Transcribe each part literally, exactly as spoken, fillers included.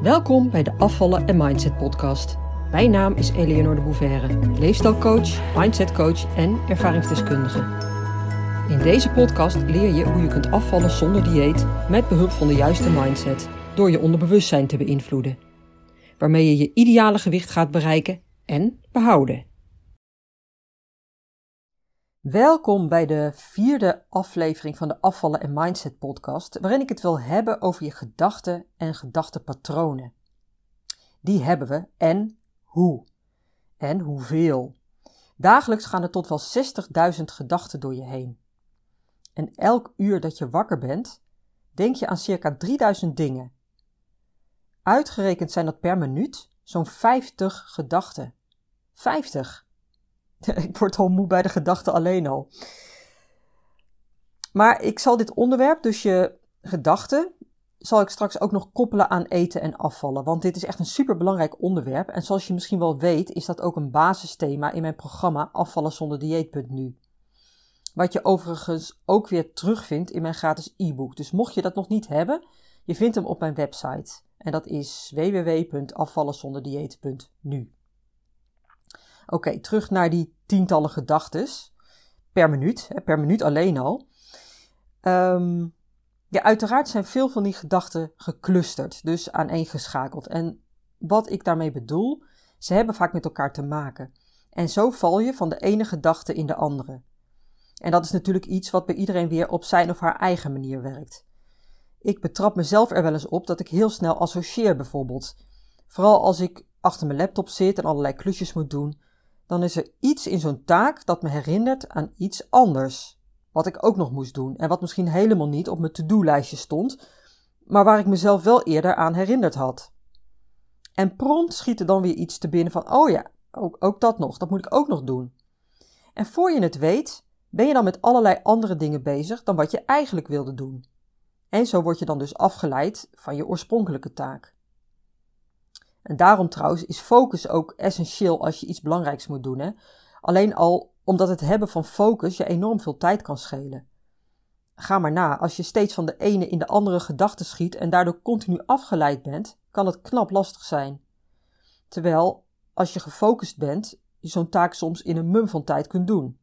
Welkom bij de Afvallen en Mindset podcast. Mijn naam is Eleonore de Bouverre, leefstijlcoach, mindsetcoach en ervaringsdeskundige. In deze podcast leer je hoe je kunt afvallen zonder dieet met behulp van de juiste mindset, door je onderbewustzijn te beïnvloeden. Waarmee je je ideale gewicht gaat bereiken en behouden. Welkom bij de vierde aflevering van de Afvallen en Mindset podcast, waarin ik het wil hebben over je gedachten en gedachtenpatronen. Die hebben we en hoe. En hoeveel. Dagelijks gaan er tot wel zestigduizend gedachten door je heen. En elk uur dat je wakker bent, denk je aan circa drieduizend dingen. Uitgerekend zijn dat per minuut zo'n vijftig gedachten. vijftig! Ik word al moe bij de gedachten alleen al. Maar ik zal dit onderwerp, dus je gedachten, zal ik straks ook nog koppelen aan eten en afvallen. Want dit is echt een superbelangrijk onderwerp. En zoals je misschien wel weet, is dat ook een basisthema in mijn programma afvallen zonder dieet punt n u. Wat je overigens ook weer terugvindt in mijn gratis e-book. Dus mocht je dat nog niet hebben, je vindt hem op mijn website. En dat is w w w punt afvallen zonder dieet punt n u. Oké, okay, terug naar die tientallen gedachtes per minuut, hè, per minuut alleen al. Um, ja, uiteraard zijn veel van die gedachten geclusterd, dus aaneengeschakeld. En wat ik daarmee bedoel, ze hebben vaak met elkaar te maken. En zo val je van de ene gedachte in de andere. En dat is natuurlijk iets wat bij iedereen weer op zijn of haar eigen manier werkt. Ik betrap mezelf er wel eens op dat ik heel snel associeer bijvoorbeeld. Vooral als ik achter mijn laptop zit en allerlei klusjes moet doen, dan is er iets in zo'n taak dat me herinnert aan iets anders. Wat ik ook nog moest doen en wat misschien helemaal niet op mijn to-do-lijstje stond, maar waar ik mezelf wel eerder aan herinnerd had. En prompt schiet er dan weer iets te binnen van, oh ja, ook, ook dat nog, dat moet ik ook nog doen. En voor je het weet, ben je dan met allerlei andere dingen bezig dan wat je eigenlijk wilde doen. En zo word je dan dus afgeleid van je oorspronkelijke taak. En daarom trouwens is focus ook essentieel als je iets belangrijks moet doen. Hè? Alleen al omdat het hebben van focus je enorm veel tijd kan schelen. Ga maar na, als je steeds van de ene in de andere gedachte schiet en daardoor continu afgeleid bent, kan het knap lastig zijn. Terwijl, als je gefocust bent, je zo'n taak soms in een mum van tijd kunt doen.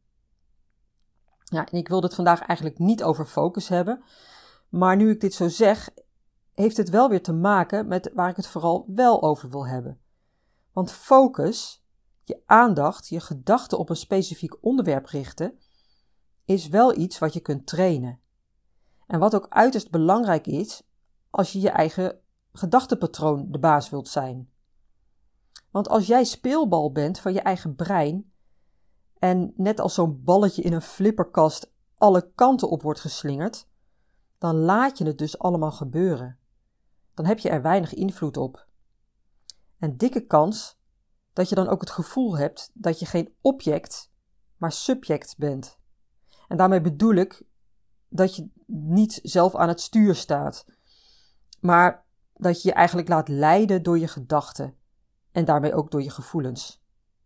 Ja, en ik wil het vandaag eigenlijk niet over focus hebben, maar nu ik dit zo zeg, heeft het wel weer te maken met waar ik het vooral wel over wil hebben. Want focus, je aandacht, je gedachten op een specifiek onderwerp richten, is wel iets wat je kunt trainen. En wat ook uiterst belangrijk is, als je je eigen gedachtenpatroon de baas wilt zijn. Want als jij speelbal bent van je eigen brein, en net als zo'n balletje in een flipperkast alle kanten op wordt geslingerd, dan laat je het dus allemaal gebeuren. Dan heb je er weinig invloed op. En dikke kans dat je dan ook het gevoel hebt dat je geen object, maar subject bent. En daarmee bedoel ik dat je niet zelf aan het stuur staat, maar dat je je eigenlijk laat leiden door je gedachten en daarmee ook door je gevoelens.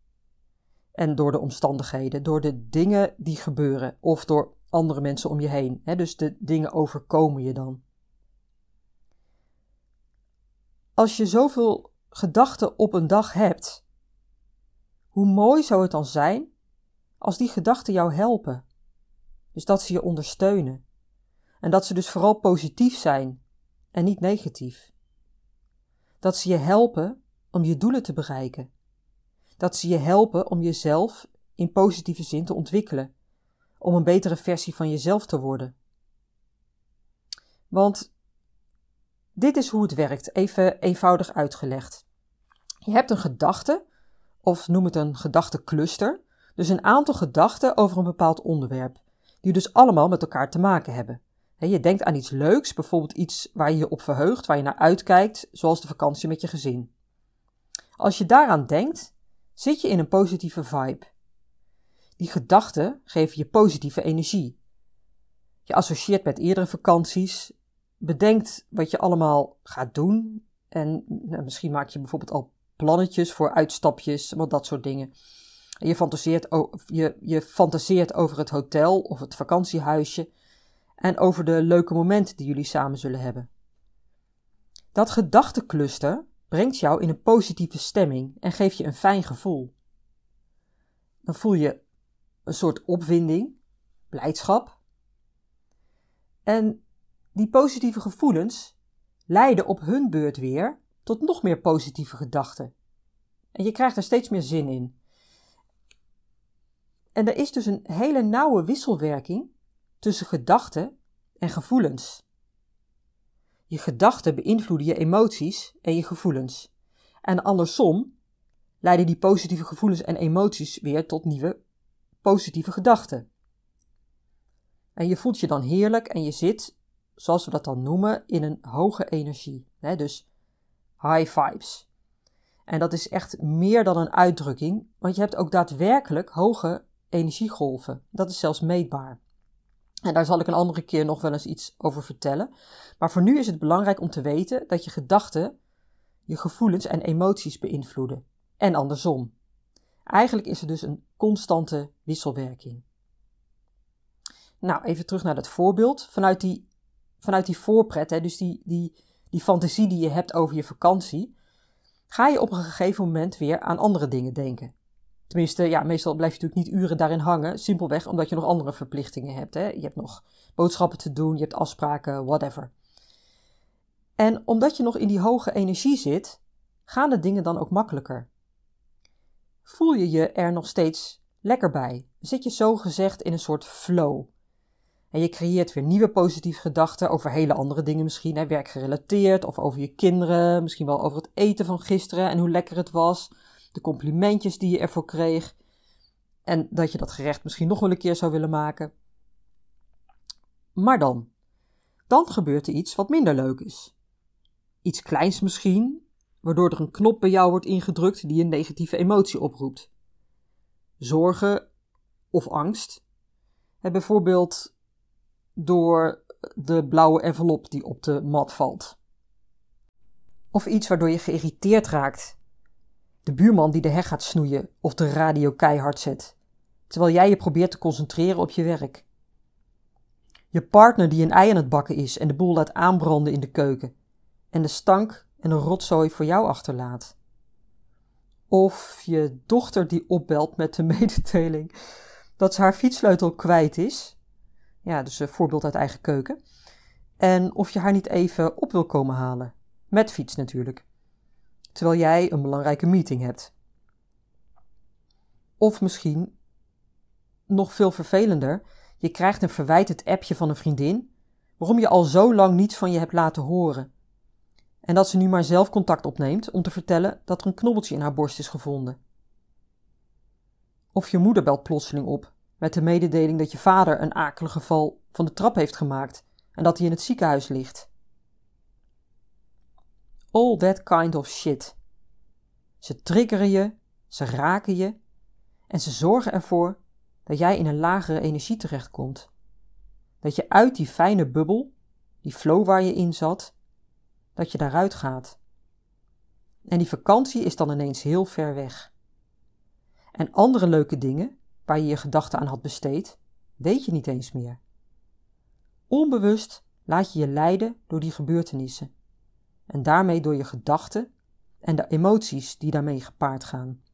En door de omstandigheden, door de dingen die gebeuren of door andere mensen om je heen. Hè? Dus de dingen overkomen je dan. Als je zoveel gedachten op een dag hebt, hoe mooi zou het dan zijn als die gedachten jou helpen? Dus dat ze je ondersteunen. En dat ze dus vooral positief zijn en niet negatief. Dat ze je helpen om je doelen te bereiken. Dat ze je helpen om jezelf in positieve zin te ontwikkelen. Om een betere versie van jezelf te worden. Want dit is hoe het werkt, even eenvoudig uitgelegd. Je hebt een gedachte, of noem het een gedachtencluster, dus een aantal gedachten over een bepaald onderwerp, die dus allemaal met elkaar te maken hebben. Je denkt aan iets leuks, bijvoorbeeld iets waar je je op verheugt, waar je naar uitkijkt, zoals de vakantie met je gezin. Als je daaraan denkt, zit je in een positieve vibe. Die gedachten geven je positieve energie. Je associeert met eerdere vakanties, bedenkt wat je allemaal gaat doen en nou, misschien maak je bijvoorbeeld al plannetjes voor uitstapjes, wat dat soort dingen. En je fantaseert, je, je fantaseert over het hotel of het vakantiehuisje en over de leuke momenten die jullie samen zullen hebben. Dat gedachtencluster brengt jou in een positieve stemming en geeft je een fijn gevoel. Dan voel je een soort opwinding, blijdschap. En die positieve gevoelens leiden op hun beurt weer tot nog meer positieve gedachten. En je krijgt er steeds meer zin in. En er is dus een hele nauwe wisselwerking tussen gedachten en gevoelens. Je gedachten beïnvloeden je emoties en je gevoelens. En andersom leiden die positieve gevoelens en emoties weer tot nieuwe positieve gedachten. En je voelt je dan heerlijk en je zit, zoals we dat dan noemen, in een hoge energie. Hè? Dus high vibes. En dat is echt meer dan een uitdrukking, want je hebt ook daadwerkelijk hoge energiegolven. Dat is zelfs meetbaar. En daar zal ik een andere keer nog wel eens iets over vertellen. Maar voor nu is het belangrijk om te weten dat je gedachten je gevoelens en emoties beïnvloeden. En andersom. Eigenlijk is er dus een constante wisselwerking. Nou, even terug naar dat voorbeeld. Vanuit die, vanuit die voorpret, hè, dus die, die, die fantasie die je hebt over je vakantie, ga je op een gegeven moment weer aan andere dingen denken. Tenminste, ja, meestal blijf je natuurlijk niet uren daarin hangen, simpelweg omdat je nog andere verplichtingen hebt. Hè? Je hebt nog boodschappen te doen, je hebt afspraken, whatever. En omdat je nog in die hoge energie zit, gaan de dingen dan ook makkelijker. Voel je je er nog steeds lekker bij? Zit je zogezegd in een soort flow? En je creëert weer nieuwe positieve gedachten over hele andere dingen misschien, hè, werkgerelateerd, of over je kinderen, misschien wel over het eten van gisteren en hoe lekker het was, de complimentjes die je ervoor kreeg, en dat je dat gerecht misschien nog wel een keer zou willen maken. Maar dan, dan gebeurt er iets wat minder leuk is. Iets kleins misschien, waardoor er een knop bij jou wordt ingedrukt die een negatieve emotie oproept. Zorgen of angst. En bijvoorbeeld door de blauwe envelop die op de mat valt. Of iets waardoor je geïrriteerd raakt. De buurman die de heg gaat snoeien of de radio keihard zet, terwijl jij je probeert te concentreren op je werk. Je partner die een ei aan het bakken is en de boel laat aanbranden in de keuken en de stank en de rotzooi voor jou achterlaat. Of je dochter die opbelt met de mededeling dat ze haar fietssleutel kwijt is. Ja, dus een voorbeeld uit eigen keuken. En of je haar niet even op wil komen halen. Met fiets natuurlijk. Terwijl jij een belangrijke meeting hebt. Of misschien, nog veel vervelender, je krijgt een verwijtend appje van een vriendin waarom je al zo lang niets van je hebt laten horen. En dat ze nu maar zelf contact opneemt om te vertellen dat er een knobbeltje in haar borst is gevonden. Of je moeder belt plotseling op met de mededeling dat je vader een akelige val van de trap heeft gemaakt en dat hij in het ziekenhuis ligt. All that kind of shit. Ze triggeren je, ze raken je en ze zorgen ervoor dat jij in een lagere energie terechtkomt. Dat je uit die fijne bubbel, die flow waar je in zat, dat je daaruit gaat. En die vakantie is dan ineens heel ver weg. En andere leuke dingen, waar je je gedachten aan had besteed, weet je niet eens meer. Onbewust laat je je leiden door die gebeurtenissen. En daarmee door je gedachten en de emoties die daarmee gepaard gaan.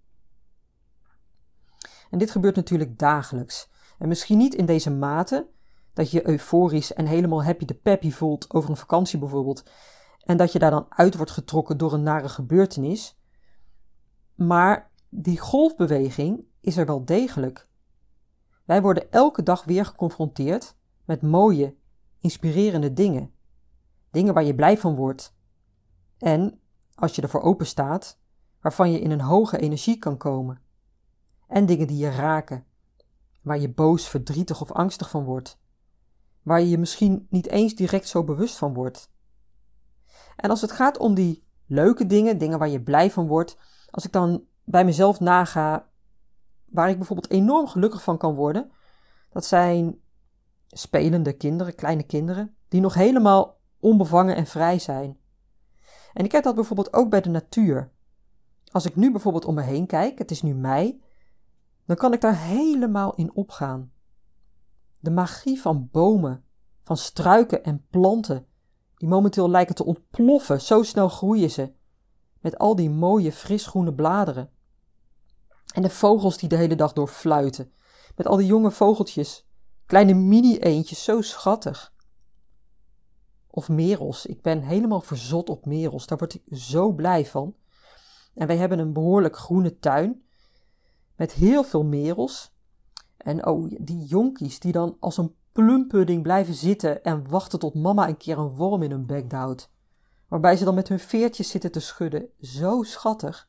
En dit gebeurt natuurlijk dagelijks. En misschien niet in deze mate, dat je euforisch en helemaal happy de peppy voelt over een vakantie bijvoorbeeld, en dat je daar dan uit wordt getrokken door een nare gebeurtenis. Maar die golfbeweging is er wel degelijk. Wij worden elke dag weer geconfronteerd met mooie, inspirerende dingen. Dingen waar je blij van wordt. En, als je ervoor open staat, waarvan je in een hoge energie kan komen. En dingen die je raken, waar je boos, verdrietig of angstig van wordt. Waar je je misschien niet eens direct zo bewust van wordt. En als het gaat om die leuke dingen, dingen waar je blij van wordt, als ik dan bij mezelf naga, waar ik bijvoorbeeld enorm gelukkig van kan worden, dat zijn spelende kinderen, kleine kinderen, die nog helemaal onbevangen en vrij zijn. En ik heb dat bijvoorbeeld ook bij de natuur. Als ik nu bijvoorbeeld om me heen kijk, het is nu mei, dan kan ik daar helemaal in opgaan. De magie van bomen, van struiken en planten, die momenteel lijken te ontploffen, zo snel groeien ze, met al die mooie frisgroene bladeren. En de vogels die de hele dag door fluiten, met al die jonge vogeltjes, kleine mini-eendjes, zo schattig. Of merels, ik ben helemaal verzot op merels, daar word ik zo blij van. En wij hebben een behoorlijk groene tuin, met heel veel merels. En oh, die jonkies die dan als een plumpudding blijven zitten en wachten tot mama een keer een worm in hun bek duwt. Waarbij ze dan met hun veertjes zitten te schudden. Zo schattig.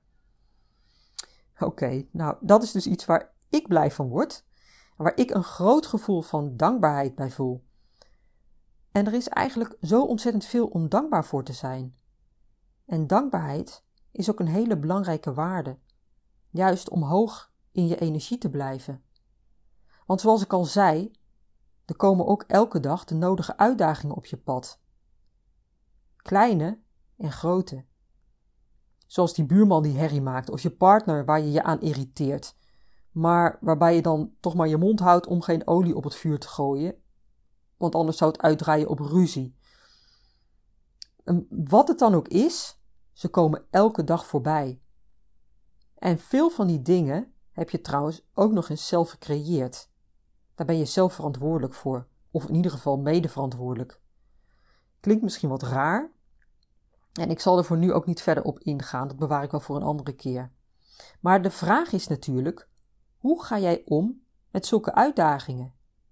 Oké, okay, nou dat is dus iets waar ik blij van word. Waar ik een groot gevoel van dankbaarheid bij voel. En er is eigenlijk zo ontzettend veel om dankbaar voor te zijn. En dankbaarheid is ook een hele belangrijke waarde. Juist om hoog in je energie te blijven. Want zoals ik al zei, er komen ook elke dag de nodige uitdagingen op je pad. Kleine en grote. Zoals die buurman die herrie maakt of je partner waar je je aan irriteert. Maar waarbij je dan toch maar je mond houdt om geen olie op het vuur te gooien. Want anders zou het uitdraaien op ruzie. En wat het dan ook is, ze komen elke dag voorbij. En veel van die dingen heb je trouwens ook nog eens zelf gecreëerd. Daar ben je zelf verantwoordelijk voor. Of in ieder geval mede verantwoordelijk. Klinkt misschien wat raar. En ik zal er voor nu ook niet verder op ingaan. Dat bewaar ik wel voor een andere keer. Maar de vraag is natuurlijk, hoe ga jij om met zulke uitdagingen?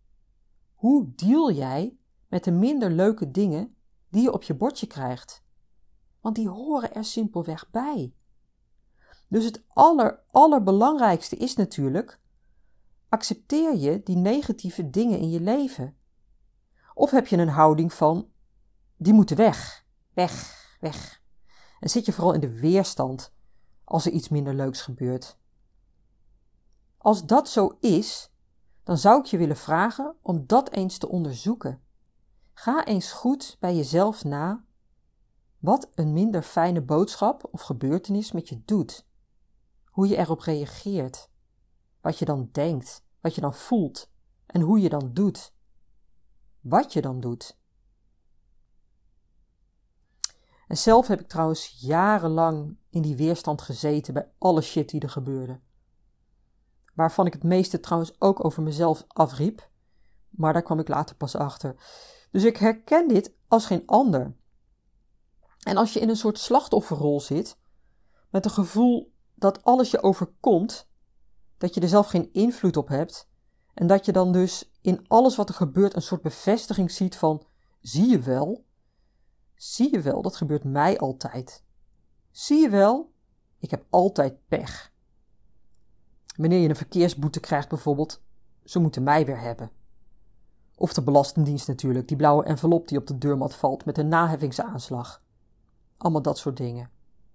Hoe deal jij met de minder leuke dingen die je op je bordje krijgt? Want die horen er simpelweg bij. Dus het aller, allerbelangrijkste is natuurlijk, accepteer je die negatieve dingen in je leven? Of heb je een houding van, die moeten weg, weg, weg. En zit je vooral in de weerstand als er iets minder leuks gebeurt? Als dat zo is, dan zou ik je willen vragen om dat eens te onderzoeken. Ga eens goed bij jezelf na wat een minder fijne boodschap of gebeurtenis met je doet. Hoe je erop reageert. Wat je dan denkt, wat je dan voelt en hoe je dan doet. Wat je dan doet. En zelf heb ik trouwens jarenlang in die weerstand gezeten bij alle shit die er gebeurde. Waarvan ik het meeste trouwens ook over mezelf afriep, maar daar kwam ik later pas achter. Dus ik herken dit als geen ander. En als je in een soort slachtofferrol zit, met een gevoel dat alles je overkomt, dat je er zelf geen invloed op hebt, en dat je dan dus in alles wat er gebeurt een soort bevestiging ziet van, zie je wel, zie je wel, dat gebeurt mij altijd. Zie je wel, ik heb altijd pech. Wanneer je een verkeersboete krijgt bijvoorbeeld, ze moeten mij weer hebben. Of de Belastingdienst natuurlijk, die blauwe envelop die op de deurmat valt met een naheffingsaanslag. Allemaal dat soort dingen.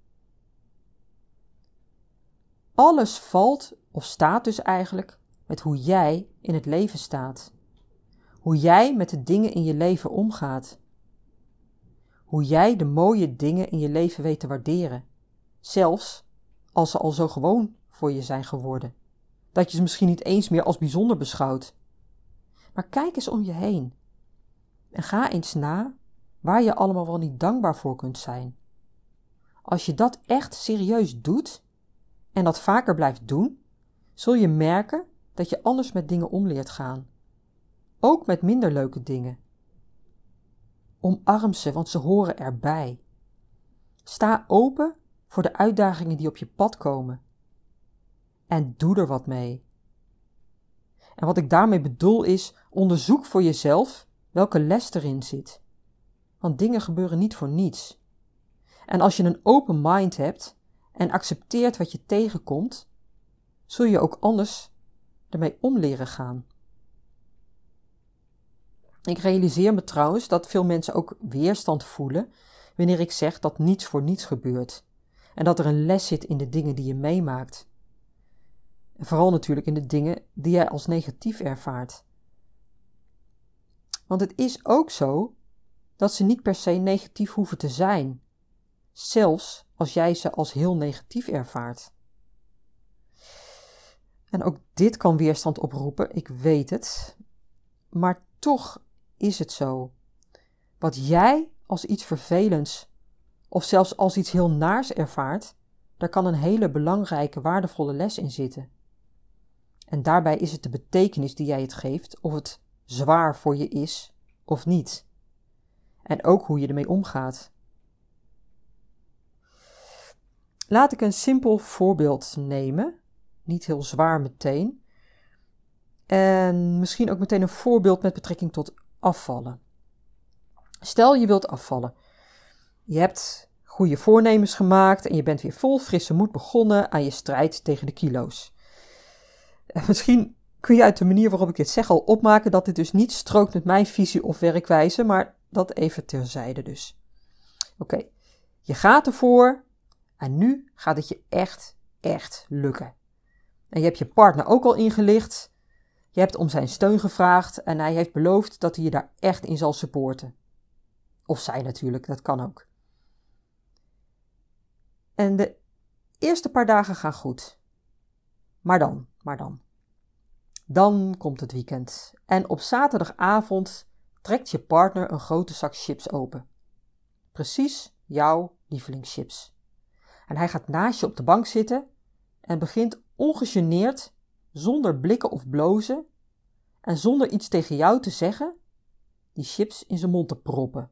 Alles valt of staat dus eigenlijk met hoe jij in het leven staat. Hoe jij met de dingen in je leven omgaat. Hoe jij de mooie dingen in je leven weet te waarderen. Zelfs als ze al zo gewoon voor je zijn geworden. Dat je ze misschien niet eens meer als bijzonder beschouwt. Maar kijk eens om je heen. En ga eens na waar je allemaal wel niet dankbaar voor kunt zijn. Als je dat echt serieus doet en dat vaker blijft doen, zul je merken dat je anders met dingen om leert gaan. Ook met minder leuke dingen. Omarm ze, want ze horen erbij. Sta open voor de uitdagingen die op je pad komen. En doe er wat mee. En wat ik daarmee bedoel is, onderzoek voor jezelf welke les erin zit. Want dingen gebeuren niet voor niets. En als je een open mind hebt en accepteert wat je tegenkomt, zul je ook anders ermee om leren gaan. Ik realiseer me trouwens dat veel mensen ook weerstand voelen wanneer ik zeg dat niets voor niets gebeurt. En dat er een les zit in de dingen die je meemaakt. En vooral natuurlijk in de dingen die jij als negatief ervaart. Want het is ook zo dat ze niet per se negatief hoeven te zijn. Zelfs als jij ze als heel negatief ervaart. En ook dit kan weerstand oproepen, ik weet het. Maar toch is het zo. Wat jij als iets vervelends of zelfs als iets heel naars ervaart, daar kan een hele belangrijke, waardevolle les in zitten. En daarbij is het de betekenis die jij het geeft, of het zwaar voor je is of niet. En ook hoe je ermee omgaat. Laat ik een simpel voorbeeld nemen, niet heel zwaar meteen. En misschien ook meteen een voorbeeld met betrekking tot afvallen. Stel je wilt afvallen. Je hebt goede voornemens gemaakt en je bent weer vol frisse moed begonnen aan je strijd tegen de kilo's. En misschien kun je uit de manier waarop ik dit zeg al opmaken dat dit dus niet strookt met mijn visie of werkwijze, maar dat even terzijde dus. Oké, okay. Je gaat ervoor en nu gaat het je echt, echt lukken. En je hebt je partner ook al ingelicht. Je hebt om zijn steun gevraagd en hij heeft beloofd dat hij je daar echt in zal supporten. Of zij natuurlijk, dat kan ook. En de eerste paar dagen gaan goed. Maar dan, maar dan. Dan komt het weekend. En op zaterdagavond trekt je partner een grote zak chips open. Precies jouw lievelingschips. En hij gaat naast je op de bank zitten en begint ongegeneerd, zonder blikken of blozen en zonder iets tegen jou te zeggen, die chips in zijn mond te proppen.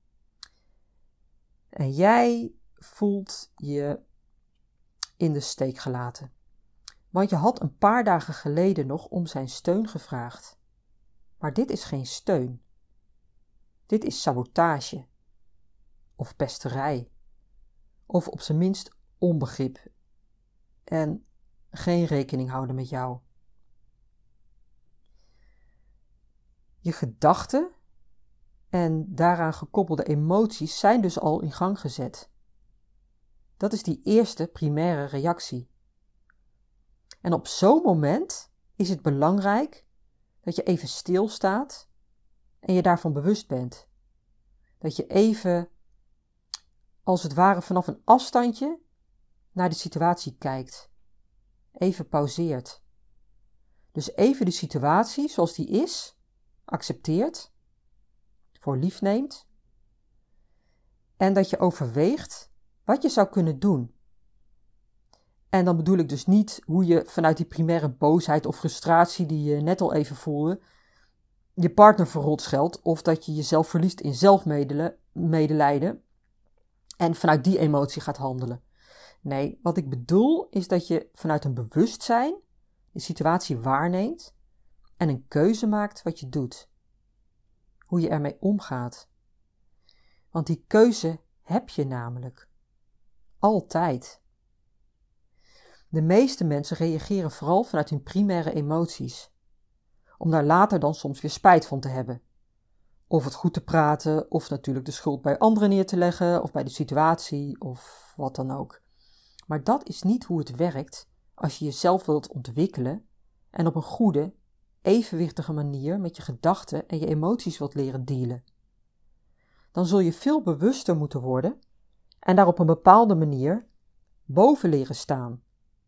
En jij voelt je in de steek gelaten. Want je had een paar dagen geleden nog om zijn steun gevraagd. Maar dit is geen steun. Dit is sabotage. Of pesterij. Of op zijn minst onbegrip. En geen rekening houden met jou. Je gedachten en daaraan gekoppelde emoties zijn dus al in gang gezet. Dat is die eerste primaire reactie. En op zo'n moment is het belangrijk dat je even stilstaat en je daarvan bewust bent. Dat je even, als het ware vanaf een afstandje, naar de situatie kijkt. Even pauzeert. Dus even de situatie zoals die is, accepteert, voor lief neemt. En dat je overweegt wat je zou kunnen doen. En dan bedoel ik dus niet hoe je vanuit die primaire boosheid of frustratie die je net al even voelde, je partner verrot scheldt of dat je jezelf verliest in zelfmedelijden en vanuit die emotie gaat handelen. Nee, wat ik bedoel is dat je vanuit een bewustzijn de situatie waarneemt en een keuze maakt wat je doet. Hoe je ermee omgaat. Want die keuze heb je namelijk. Altijd. De meeste mensen reageren vooral vanuit hun primaire emoties. Om daar later dan soms weer spijt van te hebben. Of het goed te praten, of natuurlijk de schuld bij anderen neer te leggen, of bij de situatie, of wat dan ook. Maar dat is niet hoe het werkt als je jezelf wilt ontwikkelen en op een goede, evenwichtige manier met je gedachten en je emoties wilt leren dealen. Dan zul je veel bewuster moeten worden en daar op een bepaalde manier boven leren staan.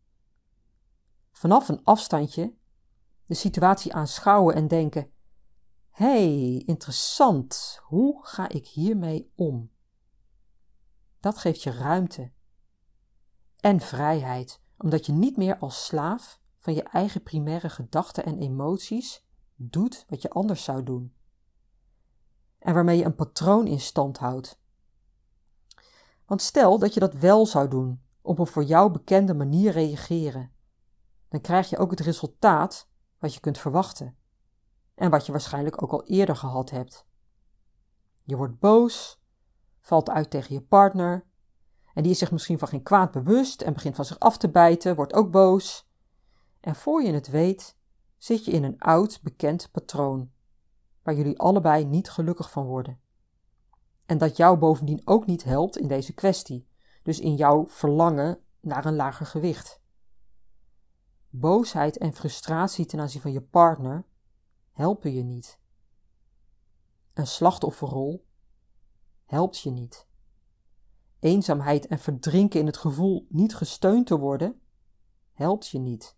Vanaf een afstandje de situatie aanschouwen en denken: hey, interessant, hoe ga ik hiermee om? Dat geeft je ruimte en vrijheid, omdat je niet meer als slaaf van je eigen primaire gedachten en emoties doet wat je anders zou doen. En waarmee je een patroon in stand houdt. Want stel dat je dat wel zou doen, op een voor jou bekende manier reageren, dan krijg je ook het resultaat wat je kunt verwachten. En wat je waarschijnlijk ook al eerder gehad hebt. Je wordt boos, valt uit tegen je partner, en die is zich misschien van geen kwaad bewust en begint van zich af te bijten, wordt ook boos. En voor je het weet, zit je in een oud, bekend patroon, waar jullie allebei niet gelukkig van worden. En dat jou bovendien ook niet helpt in deze kwestie, dus in jouw verlangen naar een lager gewicht. Boosheid en frustratie ten aanzien van je partner helpen je niet. Een slachtofferrol helpt je niet. Eenzaamheid en verdrinken in het gevoel niet gesteund te worden helpt je niet.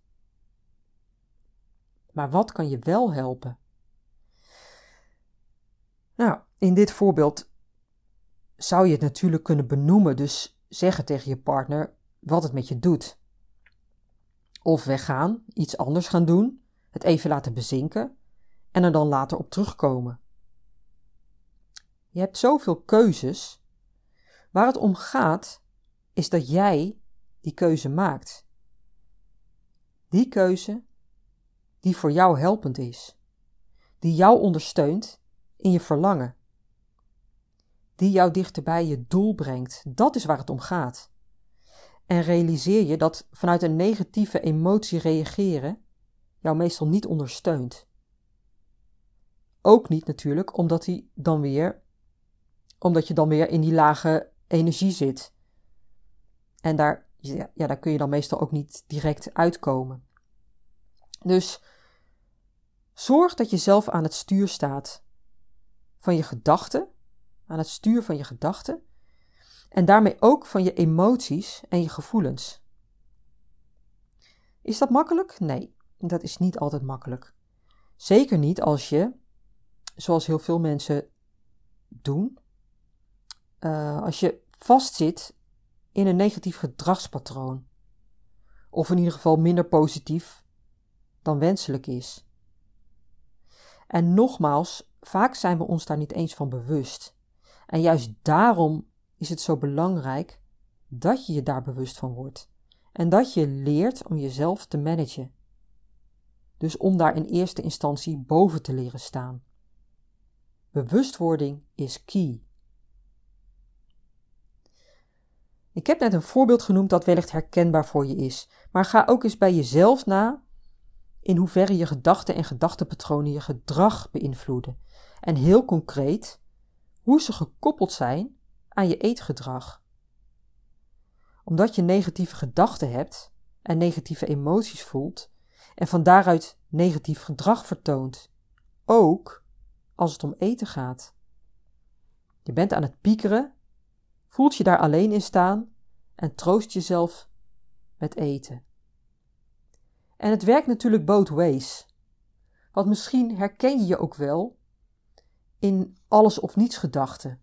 Maar wat kan je wel helpen? Nou, in dit voorbeeld zou je het natuurlijk kunnen benoemen, dus zeggen tegen je partner wat het met je doet. Of weggaan, iets anders gaan doen, het even laten bezinken en er dan later op terugkomen. Je hebt zoveel keuzes. Waar het om gaat, is dat jij die keuze maakt. Die keuze die voor jou helpend is. Die jou ondersteunt in je verlangen. Die jou dichter bij je doel brengt. Dat is waar het om gaat. En realiseer je dat vanuit een negatieve emotie reageren jou meestal niet ondersteunt. Ook niet natuurlijk, omdat, die dan weer, omdat je dan weer in die lage energie zit. En daar, ja, ja, daar kun je dan meestal ook niet direct uitkomen. Dus zorg dat je zelf aan het stuur staat van je gedachten, aan het stuur van je gedachten en daarmee ook van je emoties en je gevoelens. Is dat makkelijk? Nee, dat is niet altijd makkelijk. Zeker niet als je, zoals heel veel mensen doen, uh, als je vastzit in een negatief gedragspatroon. Of in ieder geval minder positief dan wenselijk is. En nogmaals, vaak zijn we ons daar niet eens van bewust. En juist daarom is het zo belangrijk dat je je daar bewust van wordt. En dat je leert om jezelf te managen. Dus om daar in eerste instantie boven te leren staan. Bewustwording is key. Ik heb net een voorbeeld genoemd dat wellicht herkenbaar voor je is. Maar ga ook eens bij jezelf na in hoeverre je gedachten en gedachtenpatronen je gedrag beïnvloeden. En heel concreet, hoe ze gekoppeld zijn aan je eetgedrag. Omdat je negatieve gedachten hebt en negatieve emoties voelt en van daaruit negatief gedrag vertoont, ook als het om eten gaat. Je bent aan het piekeren, voelt je daar alleen in staan en troost jezelf met eten. En het werkt natuurlijk both ways. Want misschien herken je je ook wel in alles of niets gedachten.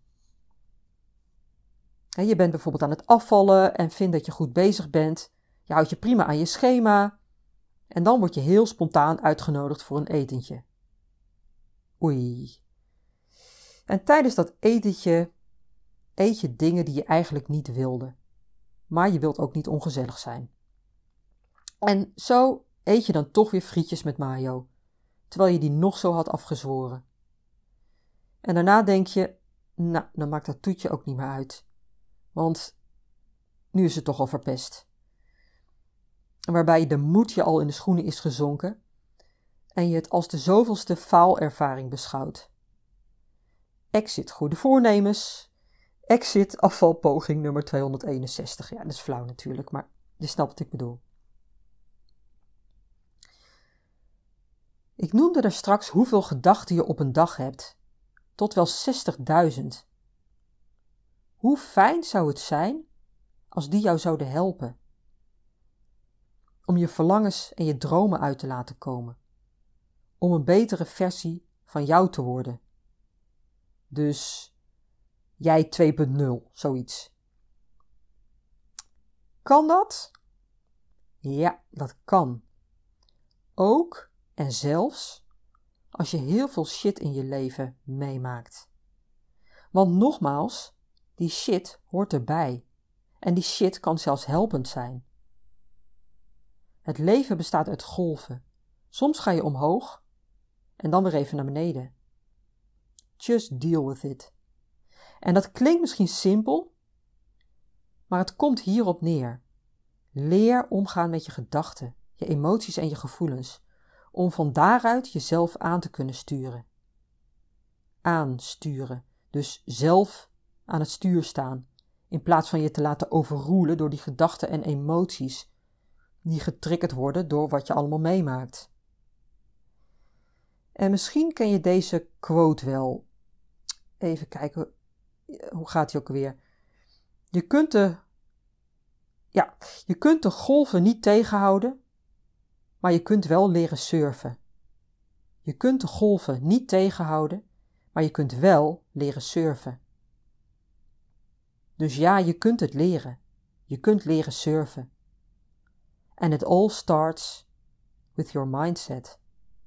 Je bent bijvoorbeeld aan het afvallen en vindt dat je goed bezig bent. Je houdt je prima aan je schema. En dan word je heel spontaan uitgenodigd voor een etentje. Oei. En tijdens dat etentje eet je dingen die je eigenlijk niet wilde. Maar je wilt ook niet ongezellig zijn. En zo eet je dan toch weer frietjes met mayo, terwijl je die nog zo had afgezworen. En daarna denk je, nou, dan maakt dat toetje ook niet meer uit. Want nu is het toch al verpest. En waarbij de moed je al in de schoenen is gezonken en je het als de zoveelste faalervaring beschouwt. Exit goede voornemens. Exit afvalpoging nummer tweehonderdeenenzestig. Ja, dat is flauw natuurlijk, maar je snapt wat ik bedoel. Ik noemde er straks hoeveel gedachten je op een dag hebt. Tot wel zestigduizend. Hoe fijn zou het zijn als die jou zouden helpen? Om je verlangens en je dromen uit te laten komen. Om een betere versie van jou te worden. Dus jij twee punt nul, zoiets. Kan dat? Ja, dat kan. Ook en zelfs als je heel veel shit in je leven meemaakt. Want nogmaals, die shit hoort erbij. En die shit kan zelfs helpend zijn. Het leven bestaat uit golven. Soms ga je omhoog en dan weer even naar beneden. Just deal with it. En dat klinkt misschien simpel, maar het komt hierop neer. Leer omgaan met je gedachten, je emoties en je gevoelens, om van daaruit jezelf aan te kunnen sturen. Aansturen, dus zelf aan het stuur staan, in plaats van je te laten overroelen door die gedachten en emoties die getriggerd worden door wat je allemaal meemaakt. En misschien ken je deze quote wel. Even kijken, hoe gaat die ook weer? Je kunt de, ja, je kunt de golven niet tegenhouden, maar je kunt wel leren surfen. Je kunt de golven niet tegenhouden, maar je kunt wel leren surfen. Dus ja, je kunt het leren. Je kunt leren surfen. And it all starts with your mindset.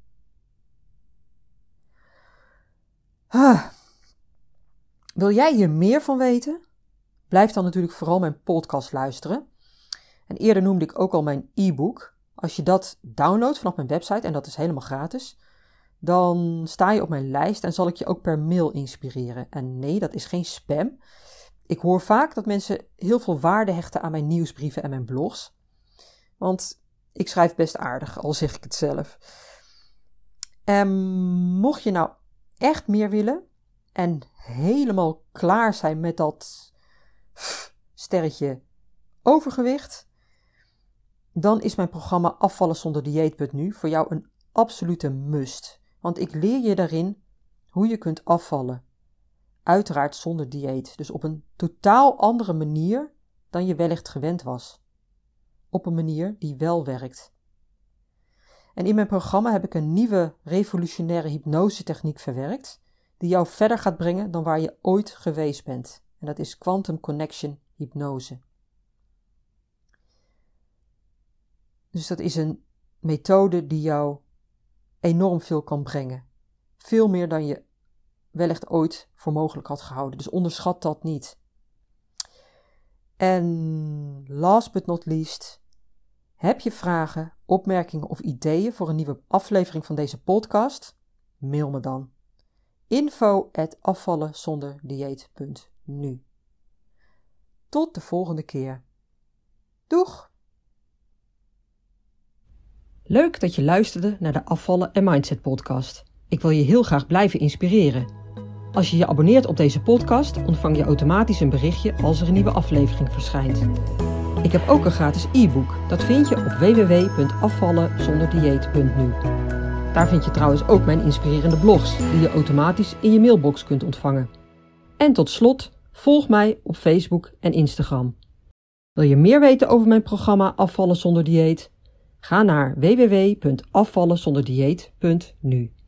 Ah. Wil jij hier meer van weten? Blijf dan natuurlijk vooral mijn podcast luisteren. En eerder noemde ik ook al mijn e-book. Als je dat downloadt vanaf mijn website, en dat is helemaal gratis, dan sta je op mijn lijst en zal ik je ook per mail inspireren. En nee, dat is geen spam. Ik hoor vaak dat mensen heel veel waarde hechten aan mijn nieuwsbrieven en mijn blogs. Want ik schrijf best aardig, al zeg ik het zelf. En mocht je nou echt meer willen en helemaal klaar zijn met dat sterretje overgewicht, dan is mijn programma Afvallen zonder dieet punt nu voor jou een absolute must. Want ik leer je daarin hoe je kunt afvallen. Uiteraard zonder dieet, dus op een totaal andere manier dan je wellicht gewend was. Op een manier die wel werkt. En in mijn programma heb ik een nieuwe revolutionaire hypnosetechniek verwerkt, die jou verder gaat brengen dan waar je ooit geweest bent. En dat is Quantum Connection Hypnose. Dus dat is een methode die jou enorm veel kan brengen. Veel meer dan je wellicht ooit voor mogelijk had gehouden. Dus onderschat dat niet. En last but not least, heb je vragen, opmerkingen of ideeën voor een nieuwe aflevering van deze podcast? Mail me dan. info at afvallen zonder dieet punt nu. Tot de volgende keer. Doeg! Leuk dat je luisterde naar de Afvallen en Mindset podcast. Ik wil je heel graag blijven inspireren. Als je je abonneert op deze podcast, ontvang je automatisch een berichtje als er een nieuwe aflevering verschijnt. Ik heb ook een gratis e-book. Dat vind je op w w w punt afvallen zonder dieet punt nu. Daar vind je trouwens ook mijn inspirerende blogs, die je automatisch in je mailbox kunt ontvangen. En tot slot, volg mij op Facebook en Instagram. Wil je meer weten over mijn programma Afvallen zonder dieet? Ga naar w w w punt afvallen zonder dieet punt nu.